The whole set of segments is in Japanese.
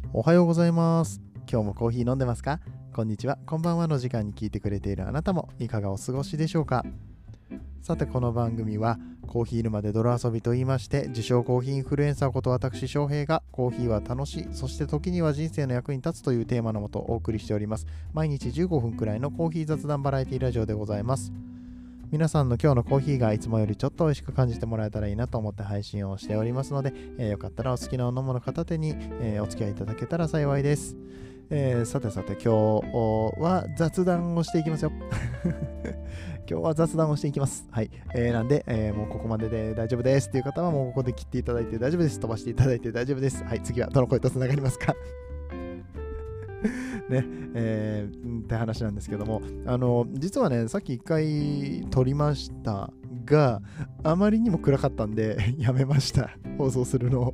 おはようございます。今日もコーヒー飲んでますか？こんにちは、こんばんはの時間に聞いてくれているあなたもいかがお過ごしでしょうか？さて、この番組はコーヒー沼で泥遊びと言いまして、自称コーヒーインフルエンサーこと私翔平がコーヒーは楽しい、そして時には人生の役に立つというテーマのもとお送りしております。毎日15分くらいのコーヒー雑談バラエティラジオでございます。皆さんの今日のコーヒーがいつもよりちょっと美味しく感じてもらえたらいいなと思って配信をしておりますので、よかったらお好きなお飲み物片手に、お付き合いいただけたら幸いです。さて今日は雑談をしていきますよ。今日は雑談をしていきます。はい。なんで、もうここまでで大丈夫ですっていう方はもうここで切っていただいて大丈夫です。飛ばしていただいて大丈夫です。はい。次はどの声とつながりますか？ね、って話なんですけども、実はね、さっき一回撮りましたが、あまりにも暗かったんでやめました、放送するのを。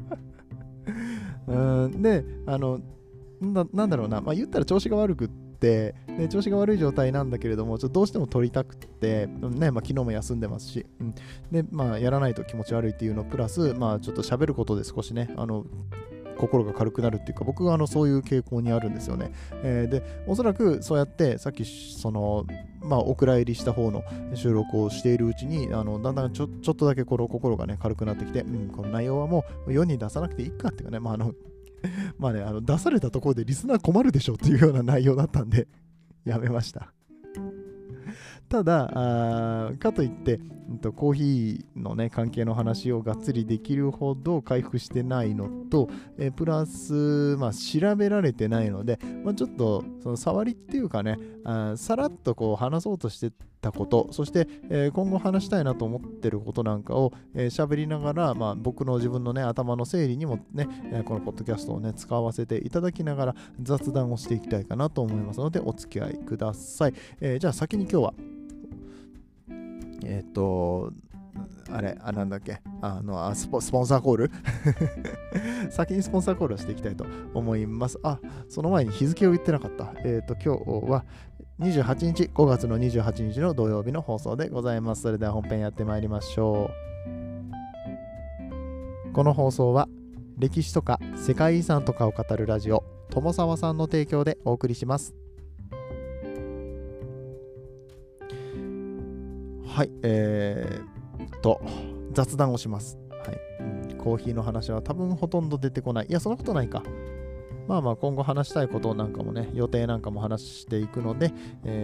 で、なんだろうな、言ったら調子が悪くって、で調子が悪い状態なんだけれども、ちょっとどうしても撮りたくって、ね、昨日も休んでますし、で、やらないと気持ち悪いっていうのプラス、ちょっと喋ることで少しね、心が軽くなるっていうか、僕はそういう傾向にあるんですよね。で、おそらくそうやってさっきお蔵入りした方の収録をしているうちに、だんだんちょっとだけこの心がね軽くなってきて、この内容はもう世に出さなくていいかっていうかね、出されたところでリスナー困るでしょっていうような内容だったんでやめました。ただかといって、コーヒーのね関係の話をがっつりできるほど回復してないのと、プラス、調べられてないので、ちょっとその触りっていうかね、さらっとこう話そうとしてたこと、そして、今後話したいなと思ってることなんかを喋りながら、僕の自分のね頭の整理にもね、このポッドキャストをね使わせていただきながら雑談をしていきたいかなと思いますので、お付き合いください。じゃあ先に今日はなんだっけ、スポンサーコール先にスポンサーコールをしていきたいと思います。その前に日付を言ってなかった。今日は28日、5月の28日の土曜日の放送でございます。それでは本編やってまいりましょう。この放送は歴史とか世界遺産とかを語るラジオ、友沢さんの提供でお送りします。はい、雑談をします。はい、コーヒーの話は多分ほとんど出てこない。いや、そんなことないか。今後話したいことなんかもね、予定なんかも話していくので、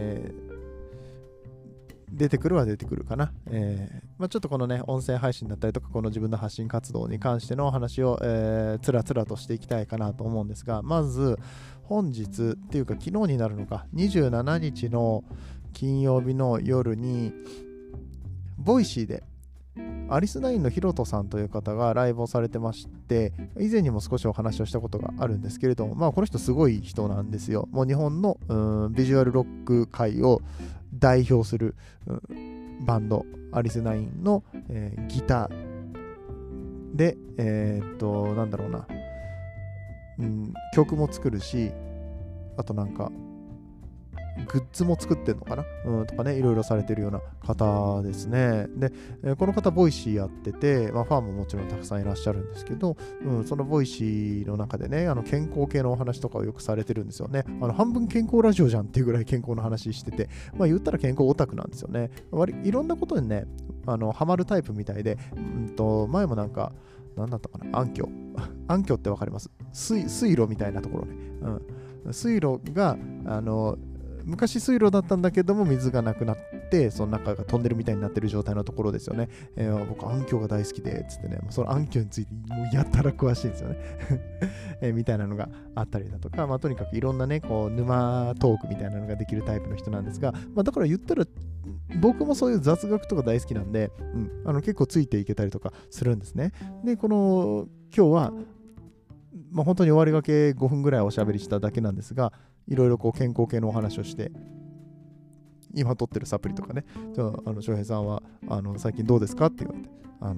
出てくるは出てくるかな。ちょっとこのね、音声配信だったりとか、この自分の発信活動に関しての話を、つらつらとしていきたいかなと思うんですが、まず、本日っていうか昨日になるのか、27日の金曜日の夜に、ボイシーでアリスナインのヒロトさんという方がライブをされてまして、以前にも少しお話をしたことがあるんですけれども、この人すごい人なんですよ。もう日本のビジュアルロック界を代表するバンドアリスナインの、ギターでなんだろうな、曲も作るし、あとなんかグッズも作ってるのかな、とかね、いろいろされてるような方ですね。で、この方ボイシーやってて、ファンももちろんたくさんいらっしゃるんですけど、そのボイシーの中でね、健康系のお話とかをよくされてるんですよね。半分健康ラジオじゃんっていうぐらい健康の話してて、言ったら健康オタクなんですよね。いろんなことにね、ハマるタイプみたいで、前もなんだったかな、暗渠ってわかります？水路みたいなところね。水路が昔水路だったんだけども水がなくなってその中が飛んでるみたいになってる状態のところですよね。僕暗渠が大好きでつってね、その暗渠についてもうやたら詳しいんですよね、みたいなのがあったりだとか、とにかくいろんなねこう沼トークみたいなのができるタイプの人なんですが、だから言ったら僕もそういう雑学とか大好きなんで、結構ついていけたりとかするんですね。で今日は本当に終わりがけ5分ぐらいおしゃべりしただけなんですが、いろいろこう健康系のお話をして、今撮ってるサプリとかね、翔平さんは最近どうですかって言われて、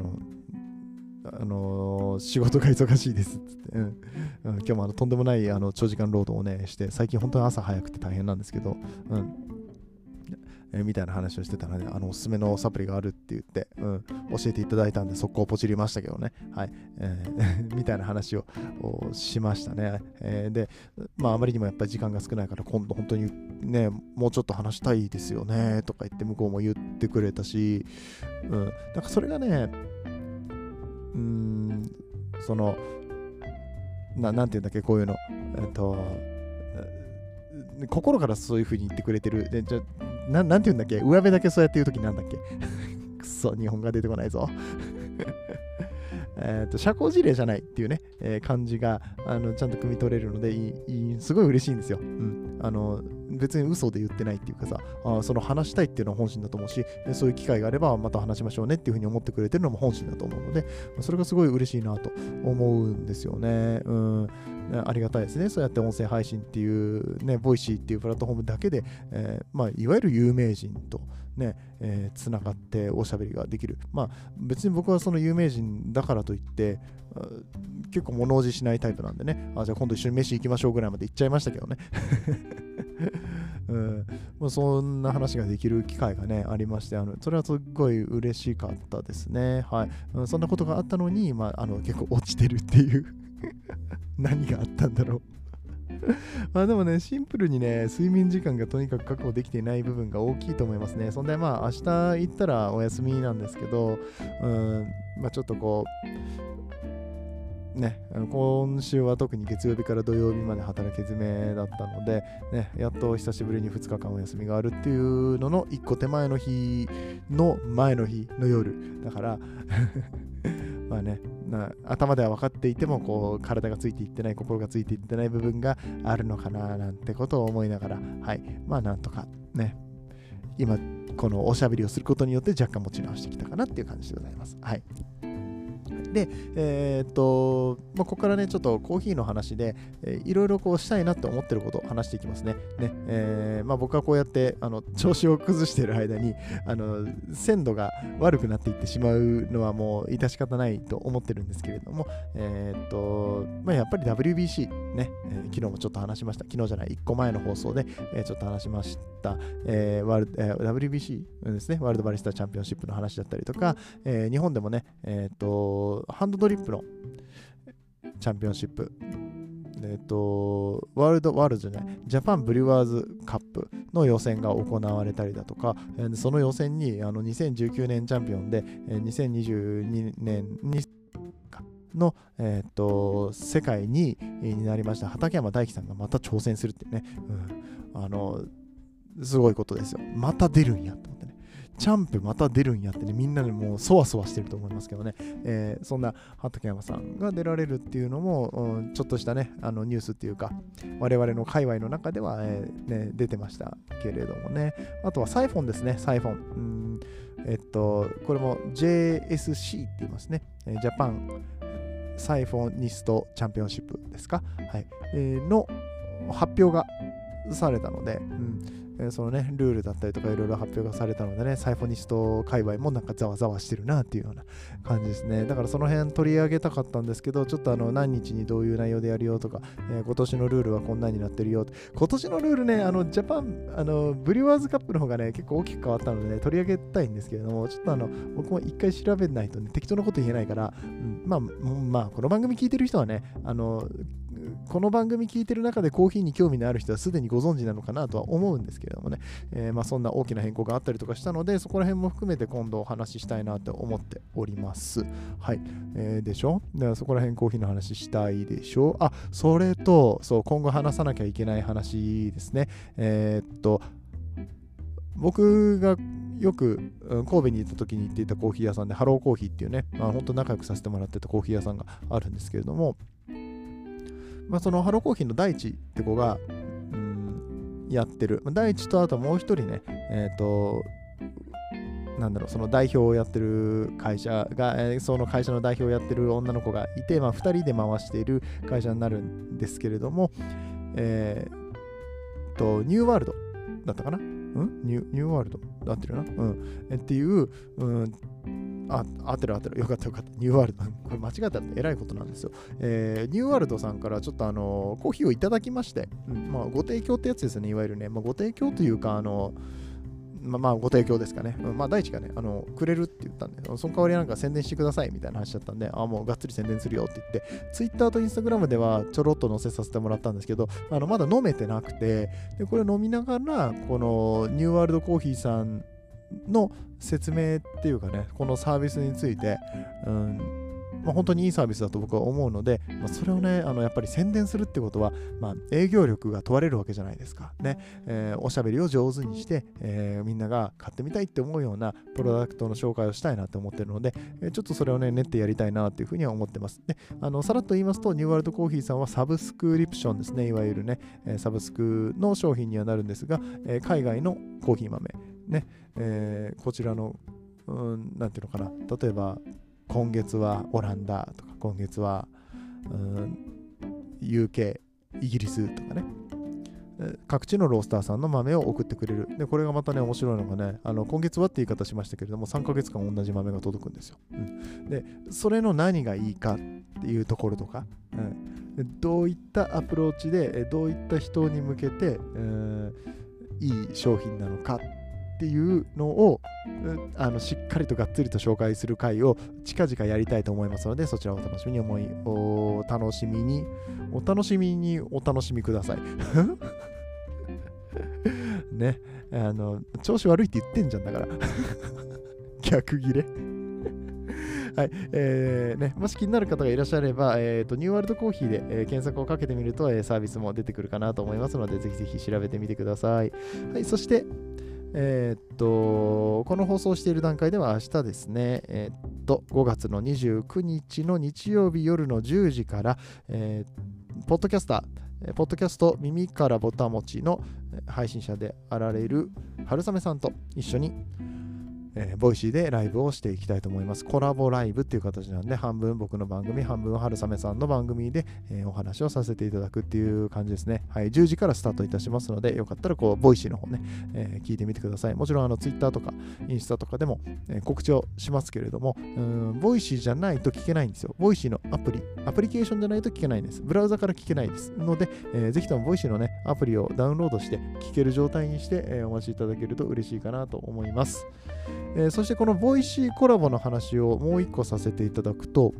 仕事が忙しいですっつって、今日もとんでもない長時間労働をねして、最近本当に朝早くて大変なんですけど、 みたいな話をしてたので、おすすめのサプリがあるって言って、教えていただいたんで、速攻ポチりましたけどね。はい。みたいな話をしましたね。で、あまりにもやっぱり時間が少ないから、今度本当にね、もうちょっと話したいですよね、とか言って向こうも言ってくれたし、なんかそれがね、その、なんていうんだっけ、こういうの、心からそういう風に言ってくれてる。で、なんていうんだっけ、上辺だけそうやって言うときなんだっけ。くそ、日本が出てこないぞ。社交辞令じゃないっていうね、感じがちゃんと汲み取れるのですごい嬉しいんですよ。別に嘘で言ってないっていうかさ、その話したいっていうのは本心だと思うし、そういう機会があればまた話しましょうねっていうふうに思ってくれてるのも本心だと思うので、それがすごい嬉しいなと思うんですよね。ありがたいですね。そうやって音声配信っていうね、ボイシーっていうプラットフォームだけで、いわゆる有名人とね、つながっておしゃべりができる。別に僕はその有名人だからといって結構物おじしないタイプなんでね、じゃあ今度一緒に飯行きましょうぐらいまで行っちゃいましたけどね。そんな話ができる機会がねありまして、それはすっごい嬉しかったですね。はい。そんなことがあったのに、結構落ちてるっていう何があったんだろう。でもね、シンプルにね、睡眠時間がとにかく確保できていない部分が大きいと思いますね。そんで明日行ったらお休みなんですけど、ちょっとこうね、今週は特に月曜日から土曜日まで働き詰めだったので、ね、やっと久しぶりに2日間お休みがあるっていうのの1個手前の日の前の日の夜だから頭では分かっていてもこう体がついていってない、心がついていってない部分があるのかななんてことを思いながら、はい、なんとかね、今このおしゃべりをすることによって若干持ち直してきたかなっていう感じでございます。はい。で、ここからね、ちょっとコーヒーの話で、いろいろこうしたいなって思ってることを話していきますね。僕はこうやって調子を崩している間に鮮度が悪くなっていってしまうのはもう致し方ないと思ってるんですけれども、やっぱり WBC ね、昨日もちょっと話しました。昨日じゃない、1個前の放送で、ちょっと話しました。WBC ですね、ワールドバリスタチャンピオンシップの話だったりとか、日本でもね、ハンドドリップのチャンピオンシップ、ワールドじゃない、ジャパンブリュワーズカップの予選が行われたりだとか、その予選に2019年チャンピオンで、2022年にの、世界2位になりました畠山大樹さんがまた挑戦するってね、すごいことですよ。また出るんやと思ってね。チャンプまた出るんやってね、みんなでもうそわそわしてると思いますけどね、そんな畠山さんが出られるっていうのも、ちょっとしたね、ニュースっていうか、我々の界隈の中では、出てましたけれどもね。あとはサイフォンですね、サイフォン。これも JSC って言いますね。ジャパンサイフォニストチャンピオンシップですか、はい、の発表がされたので、そのね、ルールだったりとかいろいろ発表がされたのでね、サイフォニスト界隈もなんかざわざわしてるなっていうような感じですね。だからその辺取り上げたかったんですけど、ちょっと何日にどういう内容でやるよとか、今年のルールはこんなになってるよ。今年のルールね、ジャパン、ブリュワーズカップの方がね、結構大きく変わったので、ね、取り上げたいんですけれども、ちょっと僕も一回調べないとね、適当なこと言えないから、この番組聞いてる人はね、この番組聞いてる中でコーヒーに興味のある人はすでにご存知なのかなとは思うんですけれどもね、そんな大きな変更があったりとかしたので、そこら辺も含めて今度お話ししたいなと思っております。はい。でしょ？だからそこら辺コーヒーの話したいでしょ？それと、そう、今後話さなきゃいけない話ですね。僕がよく神戸に行った時に行っていたコーヒー屋さんでハローコーヒーっていうね、本当仲良くさせてもらってたコーヒー屋さんがあるんですけれども、そのハローコーヒーの大地って子が、やってる。大地とあともう一人ね、その代表をやってる会社が、その会社の代表をやってる女の子がいて、2人で回している会社になるんですけれども、ニューワールドだったかな？ニューワールド合ってるな？っていう、合ってる。よかった。ニューワールド。これ間違えたらえらいことなんですよ。ニューワールドさんからちょっとコーヒーをいただきまして、ご提供ってやつですね、いわゆるね。ご提供というか、 ご提供ですかね。大地がね、くれるって言ったんで、その代わりなんか宣伝してくださいみたいな話だったんで、もうがっつり宣伝するよって言って、Twitter と Instagram ではちょろっと載せさせてもらったんですけど、まだ飲めてなくて、で、これ飲みながら、このニューワールドコーヒーさんの説明っていうかね、このサービスについて、本当にいいサービスだと僕は思うので、それをね、やっぱり宣伝するってことは、営業力が問われるわけじゃないですか。ね、おしゃべりを上手にして、みんなが買ってみたいって思うようなプロダクトの紹介をしたいなって思ってるので、ちょっとそれをね、練ってやりたいなっていうふうには思ってます。で、さらっと言いますと、ニューワールドコーヒーさんはサブスクリプションですね、いわゆるね、サブスクの商品にはなるんですが、海外のコーヒー豆、ね、こちらの、なんていうのかな、例えば、今月はオランダとか、今月はUK、イギリスとかね、各地のロースターさんの豆を送ってくれる。で、これがまたね、面白いのがね、今月はって言い方しましたけれども、3ヶ月間同じ豆が届くんですよ。で、それの何がいいかっていうところとか、どういったアプローチで、どういった人に向けて、いい商品なのかっていうのをしっかりとがっつりと紹介する回を近々やりたいと思いますので、そちらをお楽しみにお楽しみくださいね、調子悪いって言ってんじゃんだから逆ギレはい、もし気になる方がいらっしゃれば、ニューワールドコーヒーで、検索をかけてみると、サービスも出てくるかなと思いますので、ぜひぜひ調べてみてください。はい、そしてこの放送している段階では明日ですね、5月の29日の日曜日夜の10時から、ポッドキャスト耳からぼたもちの配信者であられる春雨さんと一緒にボイシーでライブをしていきたいと思います。コラボライブっていう形なんで、半分僕の番組、半分春雨さんの番組で、お話をさせていただくっていう感じですね。はい、10時からスタートいたしますので、よかったらボイシーの方ね、聞いてみてください。もちろんTwitter とかインスタとかでも、告知をしますけれども、ボイシーじゃないと聞けないんですよ。ボイシーのアプリケーションじゃないと聞けないんです。ブラウザから聞けないですので、ぜひともボイシーのね、アプリをダウンロードして聞ける状態にして、お待ちいただけると嬉しいかなと思います。そしてこのボイシーコラボの話をもう一個させていただくと、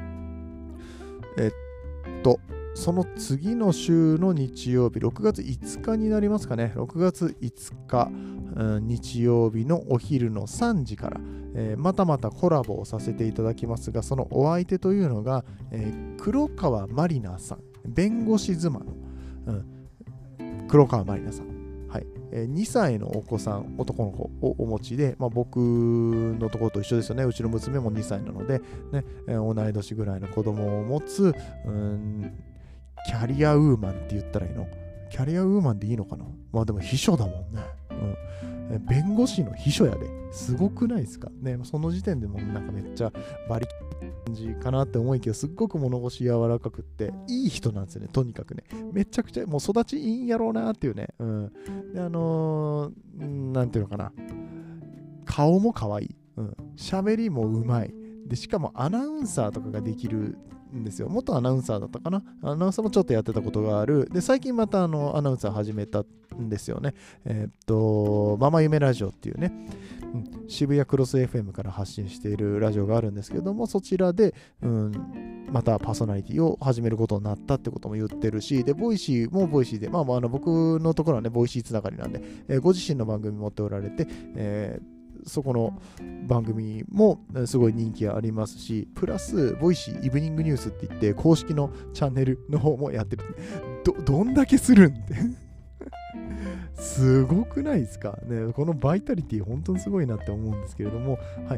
その次の週の日曜日、6月5日になりますかね、6月5日、日曜日のお昼の3時から、またまたコラボをさせていただきますが、そのお相手というのが、黒川まりなさん、弁護士妻の、黒川まりなさん。2歳のお子さん、男の子をお持ちで、僕のところと一緒ですよね。うちの娘も2歳なので、ね、同い年ぐらいの子供を持つ、キャリアウーマンって言ったらいいの？キャリアウーマンでいいのかな？でも秘書だもんね。弁護士の秘書やで。すごくないですかね。その時点でもなんかめっちゃバリ感じかなって思いきや、すっごく物腰柔らかくっていい人なんですよね。とにかくね、めちゃくちゃもう育ちいいんやろうなっていうね。でなんていうのかな、顔も可愛い、喋りもうまいで、しかもアナウンサーとかができるんですよ。元アナウンサーだったかな。アナウンサーもちょっとやってたことがある。で、最近またアナウンサー始めたんですよね。ママ夢ラジオっていうね、渋谷クロス FM から発信しているラジオがあるんですけども、そちらで、またパーソナリティを始めることになったってことも言ってるし、で、ボイシーもボイシーで、僕のところはね、ボイシーつながりなんで、ご自身の番組持っておられて、そこの番組もすごい人気ありますし、プラス、ボイシーイブニングニュースって言って、公式のチャンネルの方もやってる。どんだけするんってすごくないですかね。このバイタリティ本当にすごいなって思うんですけれども、はい、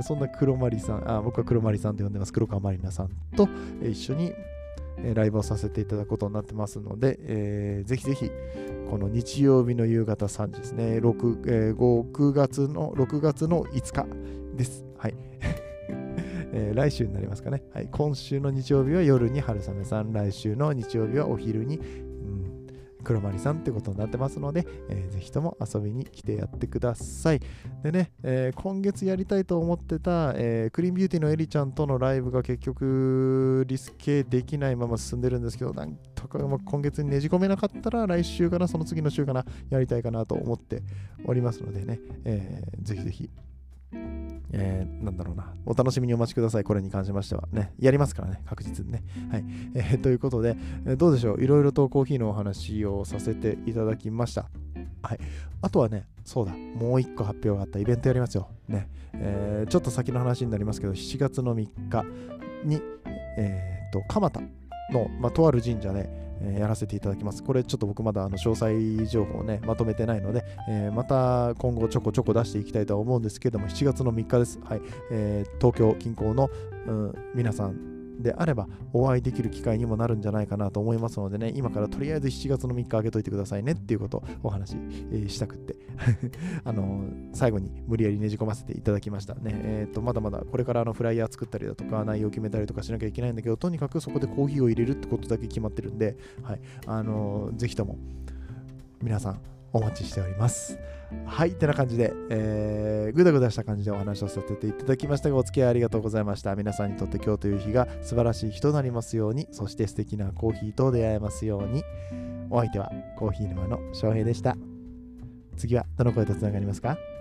そんな黒まりさん、僕は黒まりさんと呼んでます、黒川まりなさんと一緒にライブをさせていただくことになってますので、ぜひぜひこの日曜日の夕方3時ですね、6月の5日です。はい。来週になりますかね。はい。今週の日曜日は夜に春雨さん、来週の日曜日はお昼に、 黒まりさんってことになってますので、ぜひとも遊びに来てやってください。でね、今月やりたいと思ってた、クリーンビューティーのエリちゃんとのライブが結局リスケできないまま進んでるんですけど、なんとか今月にねじ込めなかったら来週かな、その次の週かな、やりたいかなと思っておりますのでね、ぜひぜひなんだろうな、お楽しみにお待ちください。これに関しましてはね、やりますからね、確実にね。はい。ということで、どうでしょう、いろいろとコーヒーのお話をさせていただきました。はい。あとはね、そうだ、もう一個発表があったイベントやりますよ。ね。ちょっと先の話になりますけど、7月の3日に、蒲田の、とある神社で、やらせていただきます。これちょっと僕まだ詳細情報をねまとめてないので、また今後ちょこちょこ出していきたいとは思うんですけども、7月の3日です。はい。東京近郊の、皆さんであればお会いできる機会にもなるんじゃないかなと思いますのでね、今からとりあえず7月の3日開けといてくださいねっていうことをお話し、したくって最後に無理やりねじ込ませていただきましたね。まだまだこれからフライヤー作ったりだとか内容を決めたりとかしなきゃいけないんだけど、とにかくそこでコーヒーを入れるってことだけ決まってるんで、はい、ぜひとも皆さんお待ちしております。はい、ってな感じで、ぐだぐだした感じでお話をさせていただきましたが、お付き合いありがとうございました。皆さんにとって今日という日が素晴らしい日となりますように、そして素敵なコーヒーと出会えますように。お相手はコーヒー沼の翔平でした。次はどの声とつながりますか？